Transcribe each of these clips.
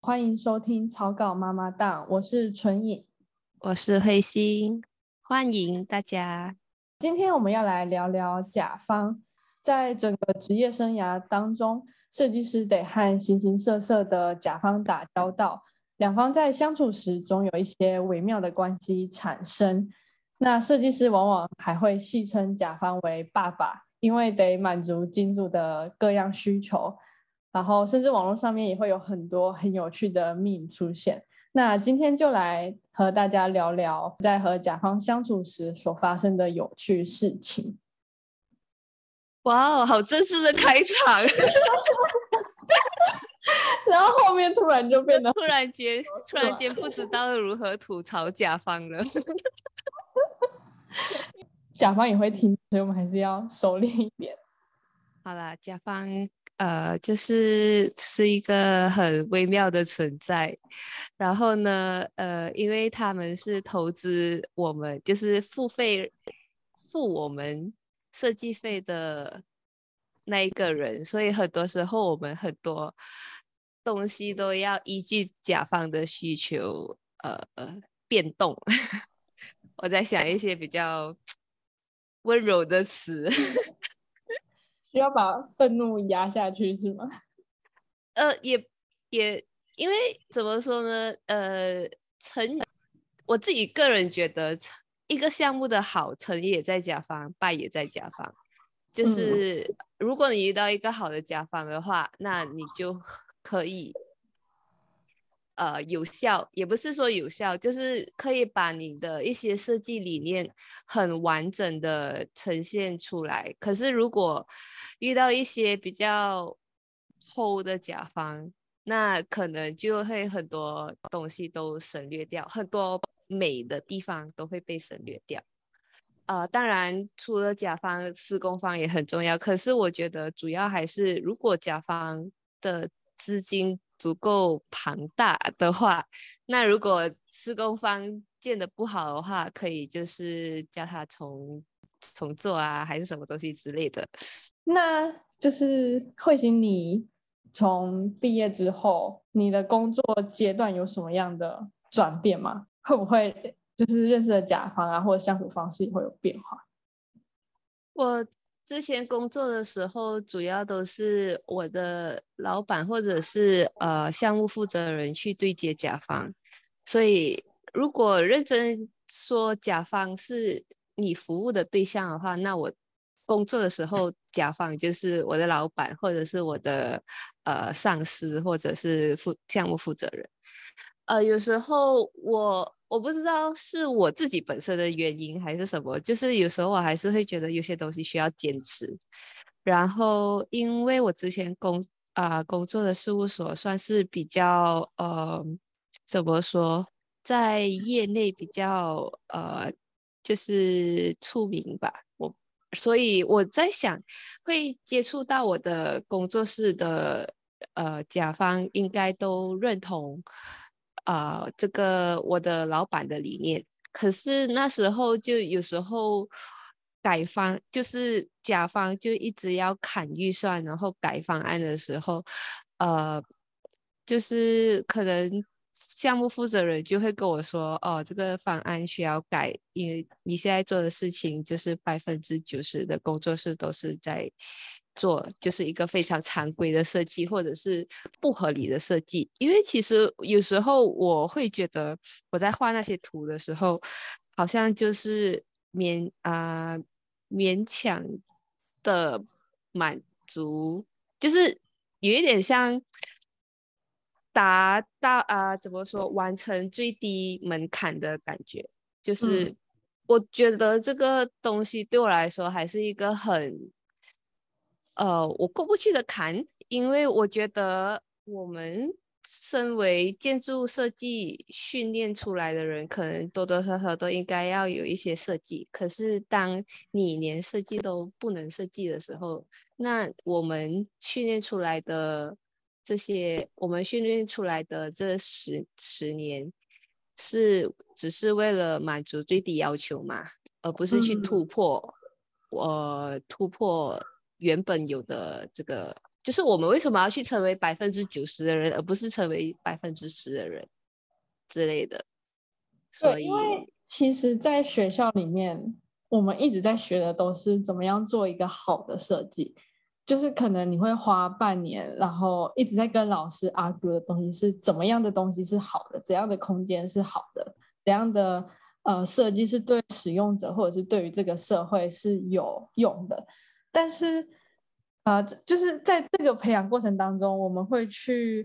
欢迎收听草稿妈妈档，我是纯颖， 我是慧心，欢迎大家。 今天我们要来聊聊甲方。在整个职业生涯当中，设计师得和形形色色的甲方打交道，两方在相处时总有一些微妙的关系产生。那设计师往往还会戏称甲方为爸爸，因为得满足金主的各样需求，然后甚至网络上面也会有很多很有趣的 meme 出现。那今天就来和大家聊聊在和甲方相处时所发生的有趣事情。 哇哦，好正式的开场！ 然后后面突然就变得突然间不知道如何吐槽甲方了。 甲方也会听，所以我们还是要收敛一点。 好啦，甲方就是一个很微妙的存在。然后呢，因为他们是投资我们，就是付我们设计费的那一个人，所以很多时候我们很多东西都要依据甲方的需求变动。我在想一些比较温柔的词。 需要把愤怒压下去是吗？ 也因为怎么说呢？我自己个人觉得，一个项目的好，成也在甲方，败也在甲方。就是如果你遇到一个好的甲方的话，那你就可以有效，也不是说有效，就是可以把你的一些设计理念很完整的呈现出来。可是如果遇到一些比较抠的甲方，那可能就会很多东西都省略掉，很多美的地方都会被省略掉。当然，除了甲方，施工方也很重要。可是我觉得主要还是，如果甲方的资金足够庞大的话，那如果施工方建的不好的话，可以就是叫他重做啊，还是什么东西之类的。 那就是慧心，你从毕业之后，你的工作阶段有什么样的转变吗？会不会就是认识的甲方啊，或者相处方式也会有变化？ 我之前工作的时候，主要都是我的老板或者是项目负责人去对接甲方，所以如果认真说甲方是你服务的对象的话，那我工作的时候，甲方就是我的老板或者是我的上司或者是项目负责人。有时候我不知道是我自己本身的原因还是什么，就是有时候我还是会觉得有些东西需要坚持。然后因为我之前工作的事务所算是比较怎么说，在业内比较就是出名吧，所以我在想，会接触到我的工作室的甲方，应该都认同这个我的老板的理念。可是那时候就有时候就是甲方就一直要砍预算，然后改方案的时候，呃，就是可能项目负责人就会跟我说，哦，这个方案需要改，因为你现在做的事情就是90%的工作室都是在做，就是一个非常常规的设计，或者是不合理的设计。因为其实有时候我会觉得我在画那些图的时候，好像就是勉强的满足，就是有一点像达到怎么说，完成最低门槛的感觉。就是我觉得这个东西对我来说还是一个很我过不去的坎，因为我觉得我们身为建筑设计训练出来的人，可能多多少少都应该要有一些设计。可是当你连设计都不能设计的时候，那我们训练出来的这十年，只是为了满足最低要求嘛？而不是去突破原本有的这个就是我们为什么要去成为90%的人，而不是成为10%的人之类的。 对， 所因为以其实，在学校里面，我们一直在学的都是怎么样做一个好的设计，就是可能你会花半年，然后一直在跟老师 argue 的东西是怎么样的东西是好的，怎样的空间是好的，怎样的设计是对使用者或者是对于这个社会是有用的。但是就是在这个培养过程当中，我们会去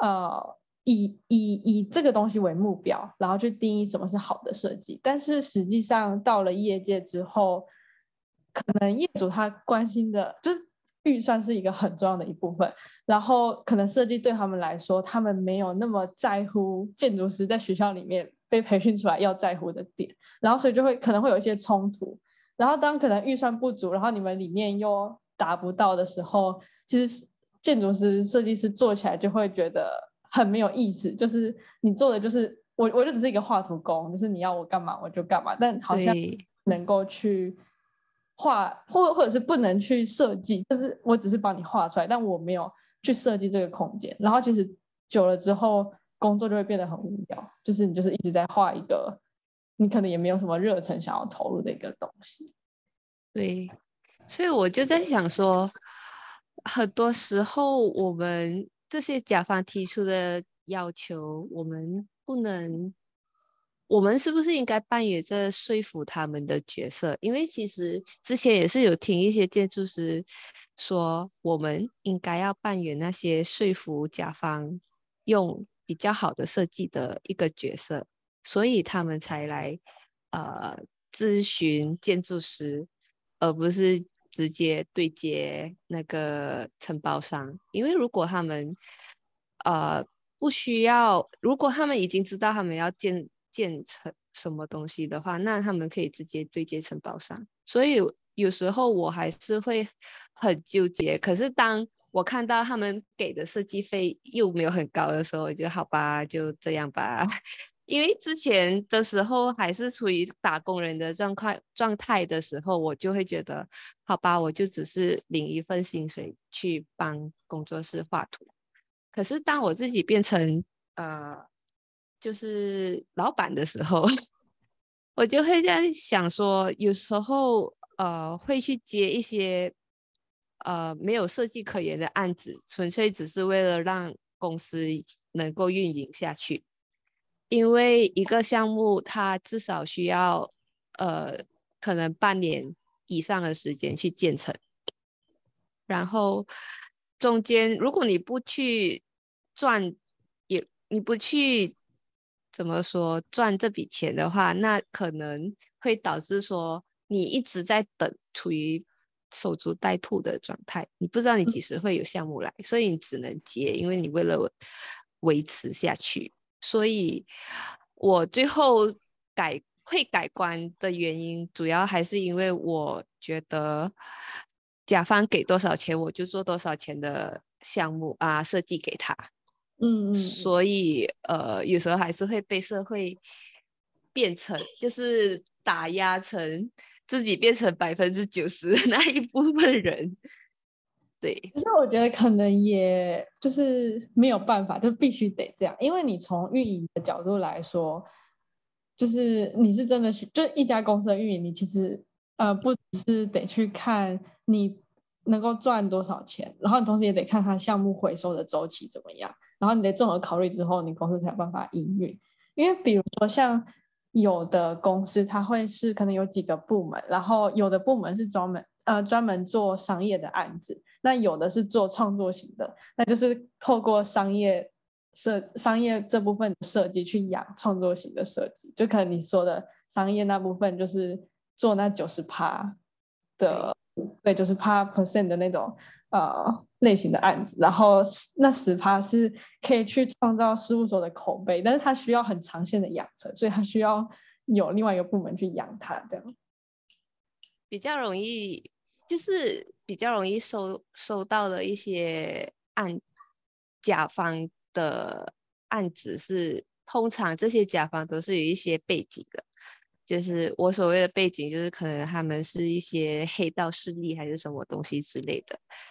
以这个东西为目标，然后去定义什么是好的设计。但是实际上到了业界之后，可能业主他关心的就是预算是一个很重要的一部分，然后可能设计对他们来说，他们没有那么在乎建筑师在学校里面被培训出来要在乎的点，然后所以就会可能会有一些冲突。然后当可能预算不足，然后你们里面又达不到的时候，其实建筑师、设计师做起来就会觉得很没有意思，就是你做的就是我就只是一个画图工，就是你要我干嘛我就干嘛，但好像对能够去画或者是不能去设计，就是我只是帮你画出来，但我没有去设计这个空间。然后其实久了之后，工作就会变得很无聊，就是你就是一直在画一个你可能也没有什么热忱想要投入的一个东西。 对，所以我就在想说，很多时候我们这些甲方提出的要求，我们不能，我们是不是应该扮演着说服他们的角色？因为其实之前也是有听一些建筑师说，我们应该要扮演那些说服甲方用比较好的设计的一个角色，所以他们才来呃咨询建筑师。而不是直接对接那个承包商。因为如果他们呃不需要，如果他们已经知道他们要建成什么东西的话，那他们可以直接对接承包商。所以有时候我还是会很纠结。可是当我看到他们给的设计费又没有很高的时候，我就好吧，就这样吧。因为之前的时候还是处于打工人的状态的时候，我就会觉得，好吧，我就只是领一份薪水去帮工作室画图。可是当我自己变成呃，就是老板的时候，我就会在想说，有时候会去接一些没有设计可言的案子，纯粹只是为了让公司能够运营下去。因为一个项目它至少需要可能半年以上的时间去建成，然后中间如果你不去赚，也你不去怎么说赚这笔钱的话，那可能会导致说你一直在等，处于守株待兔的状态，你不知道你几时会有项目来，所以你只能接，因为你为了维持下去。所以我最后会改观的原因，主要还是因为我觉得甲方给多少钱，我就做多少钱的项目啊，设计给他。 嗯。 所以有时候还是会被社会变成，就是打压成自己变成90%的那一部分人。对可是我觉得可能也就是没有办法，就必须得这样，因为你从运营的角度来说，就是你是真的就一家公司的运营，你其实不只是得去看你能够赚多少钱，然后你同时也得看它项目回收的周期怎么样，然后你得综合考虑之后，你公司才有办法营运。因为比如说像有的公司，它会是可能有几个部门，然后有的部门是专门做商业的案子，那有的是做创作型的，那就是透过商业这部分的设计去养创作型的设计，就可能你说的商业那部分就是做那90% 对。 的，对，90%的那种类型的案子，然后那10%是可以去创造事务所的口碑，但是它需要很长线的养成，所以它需要有另外一个部门去养它，这样。 比较容易，就是比较容易收到的一些甲方的案子是，通常这些甲方都是有一些背景的，就是我所谓的背景，就是可能他们是一些黑道势力还是什么东西之类的，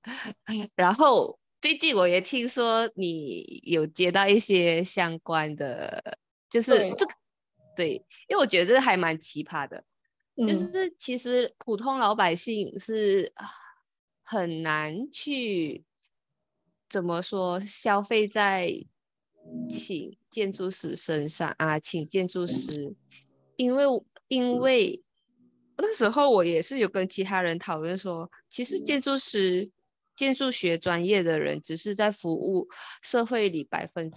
然后最近我也听说你有接到一些相关的，就是对， 这个，对，因为我觉得这个还蛮奇葩的，就嗯， 是其实普通老百姓是很难去怎么说消费在请建筑师身上啊，请建筑师，因为那时候我也是有跟其他人讨论说，其实建筑师、建筑学专业的人，只是在服务社会里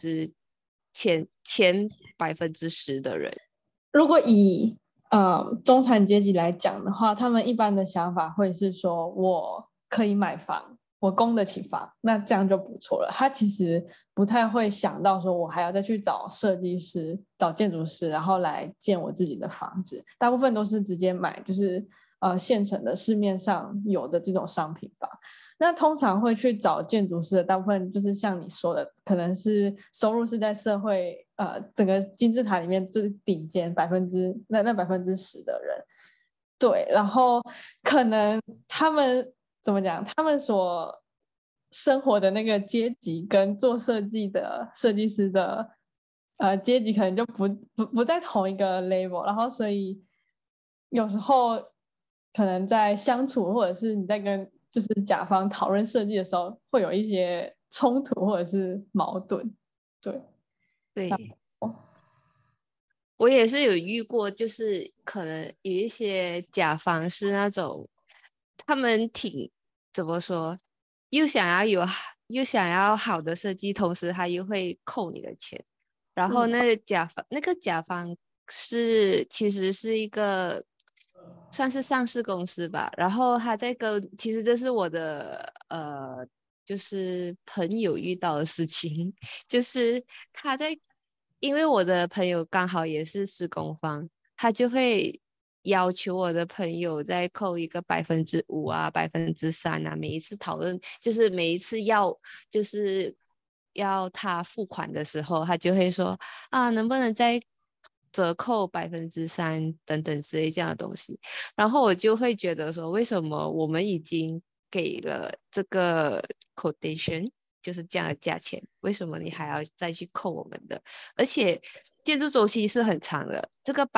前10%的人。 如果以中产阶级来讲的话，他们一般的想法会是说，我可以买房，我供得起房，那这样就不错了。他其实不太会想到说，我还要再去找设计师、找建筑师，然后来建我自己的房子。大部分都是直接买，就是现成的市面上有的这种商品吧。那通常会去找建筑师的，大部分就是像你说的，可能是收入是在社会整个金字塔里面最顶尖10%的人，对，然后可能他们怎么讲，他们所生活的那个阶级跟做设计的设计师的阶级可能就不在同一个 level，然后所以有时候可能在相处或者是你在跟就是甲方讨论设计的时候，会有一些冲突或者是矛盾，对。 对，我也是有遇过，就是可能有一些甲方是那种，他们挺怎么说，又想要又想要好的设计，同时他又会扣你的钱。然后嗯那个甲方其实是一个算是上市公司吧，然后他其实这是我的就是朋友遇到的事情，就是他在，因为我的朋友刚好也是施工方，他就会要求我的朋友再扣一个5%啊、3%啊，每一次讨论就是每一次就是要他付款的时候，他就会说啊，能不能再折扣3%等等之类这样的东西。然后我就会觉得说，为什么我们已经给了这个 quotation，就是这样的价钱，为什么你还要再去扣我们的？而且建筑周期是很长的，这个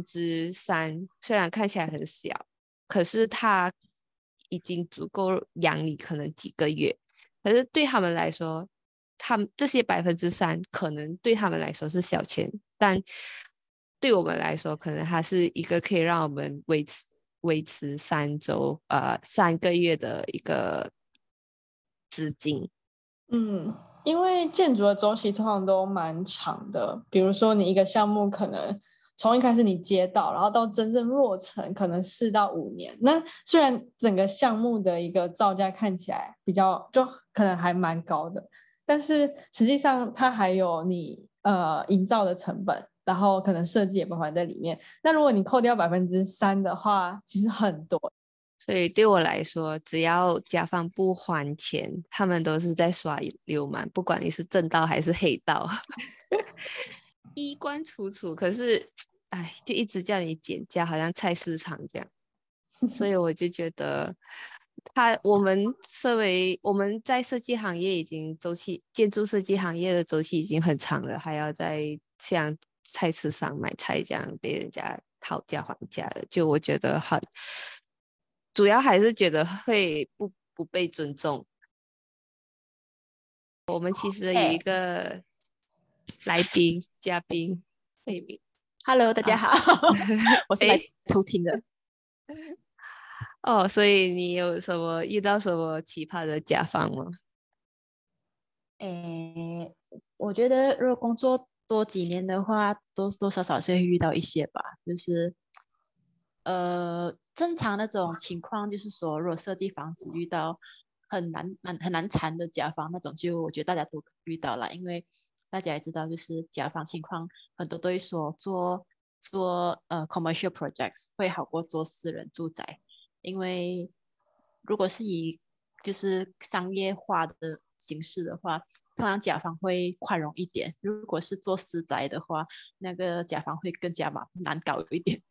3%虽然看起来很小，可是它已经足够养你可能几个月。可是对他们来说，他们这些3%可能对他们来说是小钱，但对我们来说，可能它是一个可以让我们维持3个月的一个资金。 嗯，因为建筑的周期通常都蛮长的，比如说你一个项目可能从一开始你接到，然后到真正落成，可能4到5年。那虽然整个项目的一个造价看起来比较就可能还蛮高的，但是实际上它还有你营造的成本，然后可能设计也包含在里面。那如果你扣掉3%的话，其实很多。 所以对我来说，只要甲方不还钱，他们都是在耍流氓，不管你是正道还是黑道，衣冠楚楚。可是，哎，就一直叫你减价，好像菜市场这样。所以我就觉得我们在设计行业建筑设计行业的周期已经很长了，还要在像菜市场买菜这样被人家讨价还价的，就我觉得主要还是觉得会不被尊重。我们其实有一哎个嘉宾，妹妹 ，Hello，大家啊， 好，我是来哎， 偷听的。 哦，所以你遇到什么奇葩的甲方吗？ 诶，我觉得如果工作多几年的话，多多少少是会遇到一些吧。就是正常那种情况，就是说，如果设计房子遇到很难缠的甲方那种，就我觉得大家都遇到了，因为大家也知道，就是甲方情况很多都会说做commercial projects 会好过做私人住宅，因为如果是以就是商业化的形式的话，通常甲方会宽容一点；如果是做私宅的话，那个甲方会更加难搞一点。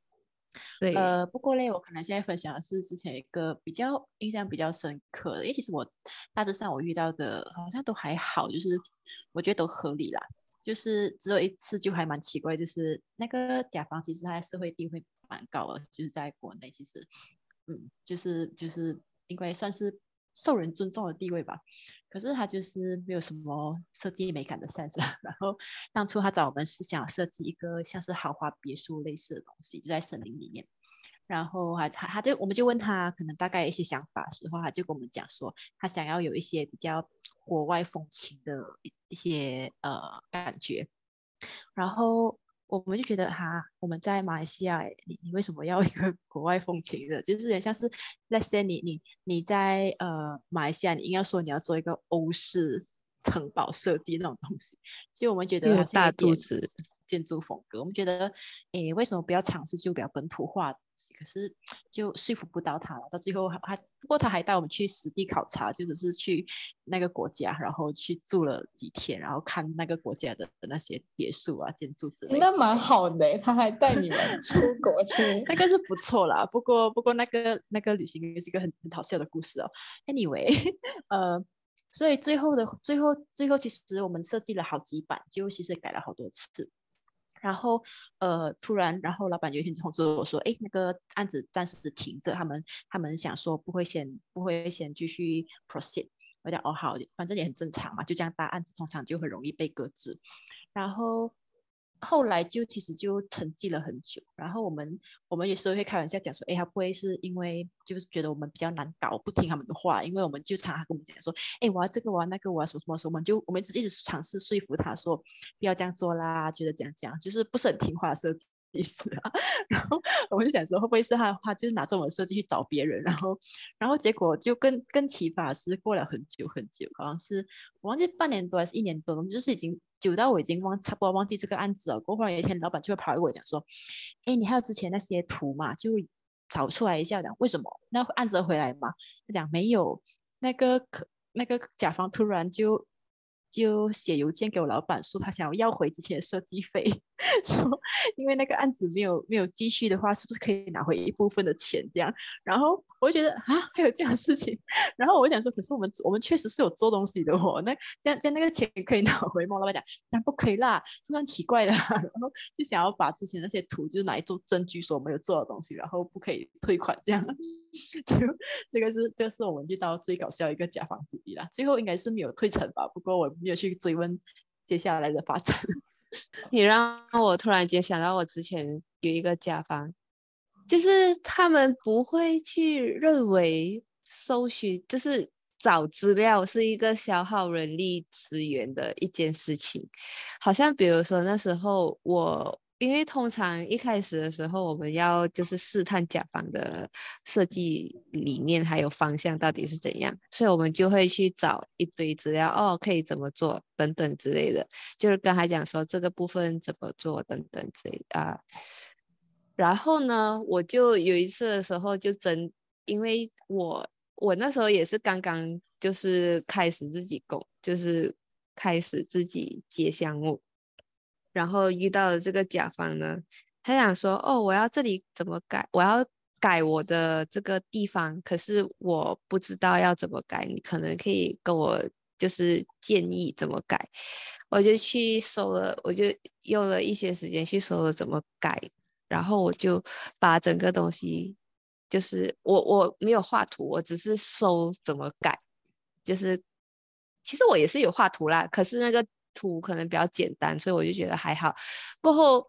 对， 不过嘞，我可能现在分享的是之前一个比较印象比较深刻的，因为其实我大致上我遇到的好像都还好，就是我觉得都合理啦。就是只有一次就还蛮奇怪，就是那个甲方其实他的社会地位蛮高的，就是在国内其实，就是应该算是受人尊重的地位吧。可是他就是没有什么设计美感的 sense 啦。然后当初他找我们是想设计一个像是豪华别墅类似的东西，就在森林里面。然后我们就问他可能大概一些想法的时候，他就跟我们讲说，他想要有一些比较国外风情的一些感觉。然后我们就觉得哈，我们在马来西亚，你为什么要一个国外风情的？就是有点像是，let's say 你在马来西亚，你硬要说你要做一个欧式城堡设计那种东西，其实我们觉得好像有一个大柱点子。 建筑风格。我们觉得，诶，为什么不要尝试就比较本土化的东西？可是就说服不到他了。到最后不过他还带我们去实地考察，就只是去那个国家，然后去住了几天，然后看那个国家的那些别墅啊、建筑之类的。 那蛮好的欸，他还带你们出国去。 那个是不错啦，不过那个旅行也是一个很好笑的故事哦。Anyway，所以最后，其实我们设计了好几版，就其实改了好多次。然后突然，然后老板有一天通知我说，哎，那个案子暂时停着，他们想说不会先继续 proceed。我讲哦好，反正也很正常嘛，就这样大案子通常就很容易被搁置。然后后来就其实就沉寂了很久。然后我们有时候会开玩笑讲说，哎，他不会是因为就是觉得我们比较难搞，不听他们的话，因为我们就常常跟我们讲说，哎，我要这个，我要那个，我要什么什么什么，我们一直尝试说服他说不要这样做啦，觉得这样讲就是不是很听话的设计。意思啊，然后我们就想说，会不会是他就是拿这种设计去找别人，然后结果就更奇葩是过了很久很久，好像是我忘记半年多还是1年多，就是已经久到我已经差不多忘记这个案子了。过后有一天，老板就会跑来跟我讲说：“哎，你还有之前那些图嘛？就找出来一下。”讲为什么那案子回来嘛？他讲没有，那个甲方突然就写邮件给我老板说，他想要回之前的设计费，说因为那个案子没有继续的话，是不是可以拿回一部分的钱这样？然后我就觉得啊，还有这样的事情。然后我想说，可是我们确实是有做东西的哦，那这样那个钱可以拿回吗？老板讲，那不可以啦，这蛮奇怪的。然后就想要把之前那些图就是拿来做证据，说我们有做的东西，然后不可以退款这样。就这个是我们遇到最搞笑一个甲方之一啦。最后应该是没有退成吧，不过我没有去追问接下来的发展。 你让我突然间想到，我之前有一个甲方，就是他们不会去认为搜寻，就是找资料是一个消耗人力资源的一件事情。好像比如说那时候因为通常一开始的时候，我们要就是试探甲方的设计理念还有方向到底是怎样，所以我们就会去找一堆资料，哦，可以怎么做等等之类的，就是跟他讲说这个部分怎么做等等之类的啊。然后呢，我就有一次的时候因为我那时候也是刚刚就是开始自己就是开始自己接项目。然后遇到了这个甲方呢，他想说，哦，我要这里怎么改，我要改我的这个地方，可是我不知道要怎么改，你可能可以跟我就是建议怎么改。我就去搜了，我就用了一些时间去搜了怎么改，然后我就把整个东西，就是我没有画图，我只是搜怎么改，就是其实我也是有画图啦，可是那个图可能比较简单，所以我就觉得还好。过后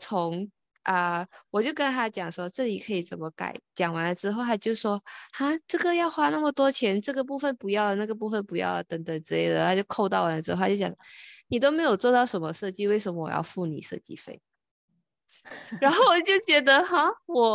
我就跟他讲说这里可以怎么改，讲完了之后他就说哈，这个要花那么多钱，这个部分不要了，那个部分不要了，等等之类的，他就扣到完了之后他就讲你都没有做到什么设计，为什么我要付你设计费？然后我就觉得哈，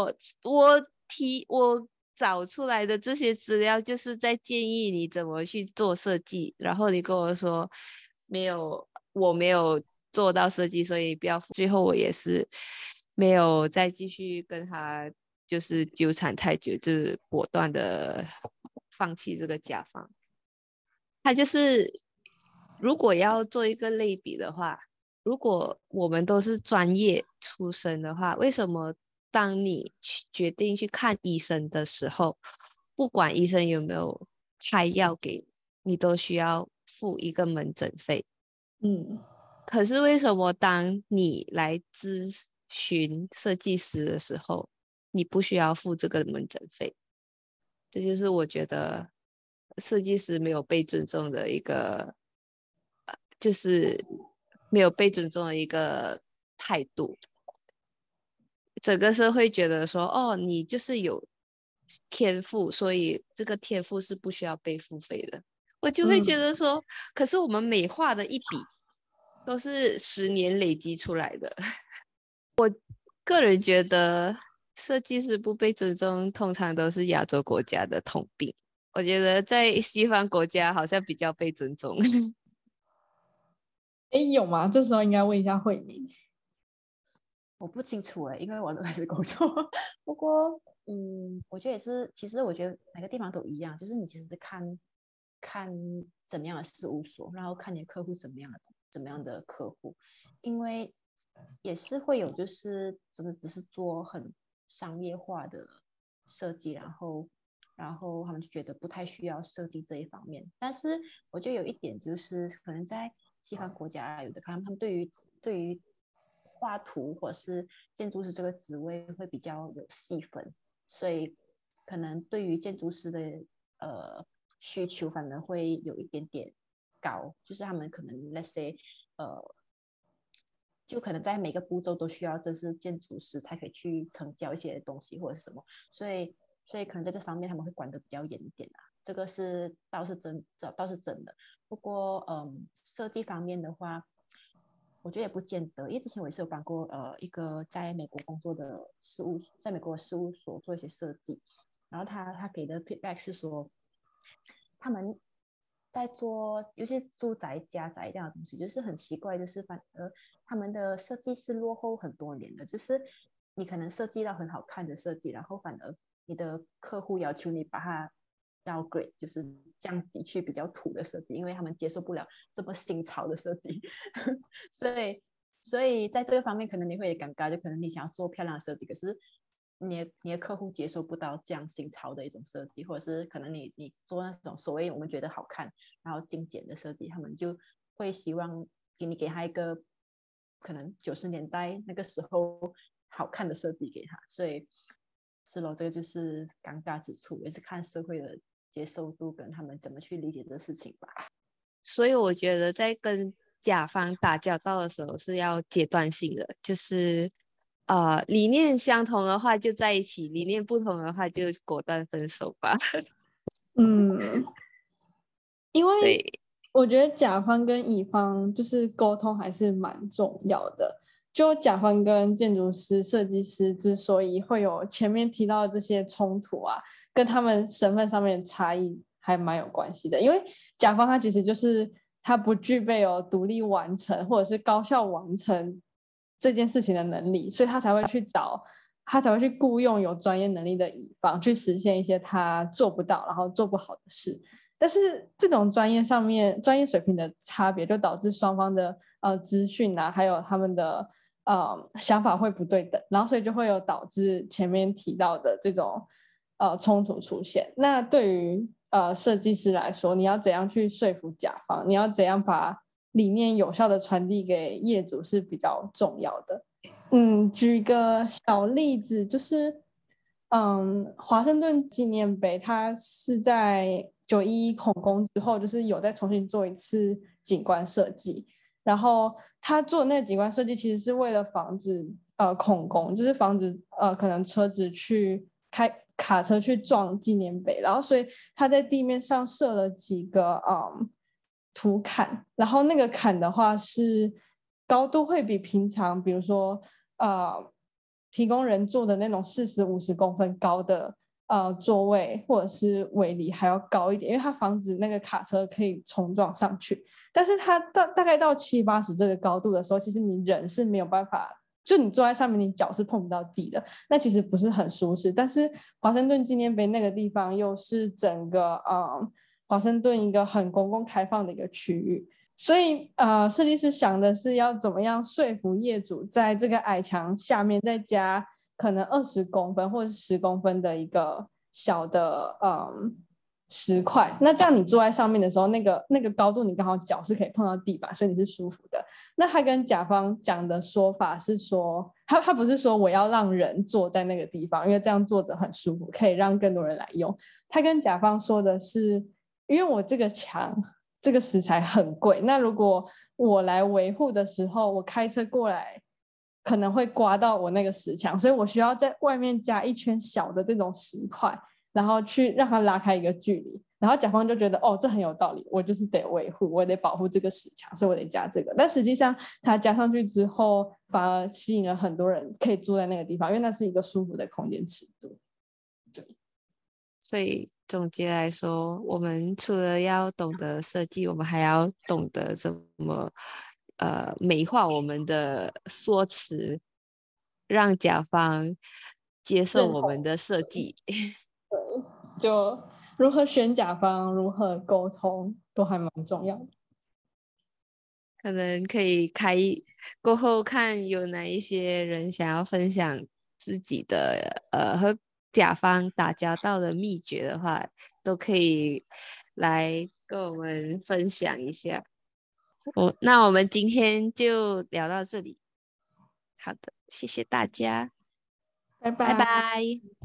我找出来的这些资料就是在建议你怎么去做设计，然后你跟我说我没有做到设计，所以不要付。最后我也是没有再继续跟他就是纠缠太久，就是果断的放弃这个甲方。他就是如果要做一个类比的话，如果我们都是专业出身的话，为什么当你决定去看医生的时候，不管医生有没有开药给你，你都需要付一个门诊费。可是为什么当你来咨询设计师的时候，你不需要付这个门诊费？这就是我觉得设计师没有被尊重的一个，就是没有被尊重的一个态度。整个社会觉得说，哦，你就是有天赋，所以这个天赋是不需要被付费的。我就会觉得说，可是我们每画的一笔都是10年累积出来的。我个人觉得设计师不被尊重通常都是亚洲国家的通病，我觉得在西方国家好像比较被尊重。 有吗？这时候应该问一下慧敏。 我不清楚因为我都开始工作。不过我觉得也是，其实我觉得每个地方都一样，就是你其实是看怎么样的事务所，然后看你的客户怎么样的客户，因为也是会有就是真的只是做很商业化的设计，然后他们就觉得不太需要设计这一方面。但是我觉得有一点就是可能在西方国家有的他们对于画图或是建筑师这个职位会比较有细分，所以可能对于建筑师的需求反而会有一点点高，就是他们可能 let's say 就可能在每个步骤都需要这是建筑师才可以去成交一些东西或者什么，所以可能在这方面他们会管得比较严一点这个倒是真的。不过设计方面的话，我觉得也不见得，因为之前我也是有帮过一个在美国工作的在美国的事务所做一些设计，然后他给的 feedback 是说，他们在做有些住宅家宅这样的东西，就是很奇怪，就是他们的设计是落后很多年的，就是你可能设计到很好看的设计，然后反而你的客户要求你把它downgrade，就是降级去比较土的设计，因为他们接受不了这么新潮的设计。所以在这个方面可能你会尴尬，就可能你想要做漂亮的设计，可是你的客户接受不到这样新潮的一种设计，或者是可能你做那种所谓我们觉得好看然后精简的设计，他们就会希望给他一个可能90年代那个时候好看的设计给他，所以是咯，这个就是尴尬之处，也是看社会的接受度跟他们怎么去理解这个事情吧。 所以我觉得在跟甲方打交道的时候是要阶段性的，就是理念相同的话就在一起，理念不同的话就果断分手吧。 因为对， 我觉得甲方跟乙方就是沟通还是蛮重要的。就甲方跟建筑师、设计师之所以会有前面提到的这些冲突啊，跟他们身份上面的差异还蛮有关系的。因为甲方他其实就是他不具备有独立完成或者是高效完成这件事情的能力，所以他才会去雇佣有专业能力的乙方去实现一些他做不到然后做不好的事。但是这种专业水平的差别，就导致双方的资讯啊，还有他们的想法会不对等，然后所以就会有导致前面提到的这种冲突出现。那对于设计师来说，你要怎样去说服甲方，你要怎样把理念有效的传递给业主是比较重要的。举一个小例子，就是华盛顿纪念碑它是在911恐攻之后，就是有再重新做一次景观设计，然后他做的那个景观设计其实是为了防止恐攻，就是防止可能车子去卡车去撞纪念碑，然后所以他在地面上设了几个土坎，然后那个坎的话是高度会比平常比如说提供人坐的那种40-50公分高的座位或者是围篱还要高一点，因为它防止那个卡车可以冲撞上去。但是它大概到70-80这个高度的时候，其实你人是没有办法，就你坐在上面你脚是碰不到地的，那其实不是很舒适。但是华盛顿纪念碑那个地方又是整个华盛顿一个很公共开放的一个区域，所以设计师想的是要怎么样说服业主在这个矮墙下面再加可能20公分或者是10公分的一个小的石块，那这样你坐在上面的时候，那个高度你刚好脚是可以碰到地板，所以你是舒服的。那他跟甲方讲的说法是说，他不是说我要让人坐在那个地方，因为这样坐着很舒服，可以让更多人来用。他跟甲方说的是，因为我这个墙这个石材很贵，那如果我来维护的时候，我开车过来可能会刮到我那个石墙，所以我需要在外面加一圈小的这种石块，然后去让它拉开一个距离。然后甲方就觉得这很有道理，我就是得维护，我得保护这个石墙，所以我得加这个。但实际上它加上去之后，反而吸引了很多人可以住在那个地方，因为那是一个舒服的空间尺度。对， 所以总结来说，我们除了要懂得设计，我们还要懂得怎么美化我们的说辞，让甲方接受我们的设计。 对，就如何选甲方，如何沟通，都还蛮重要的。 可能可以过后看有哪一些人想要分享自己的和甲方打交道的秘诀的话，都可以来跟我们分享一下。那我们今天就聊到这里。好的，谢谢大家， 拜拜。 拜拜。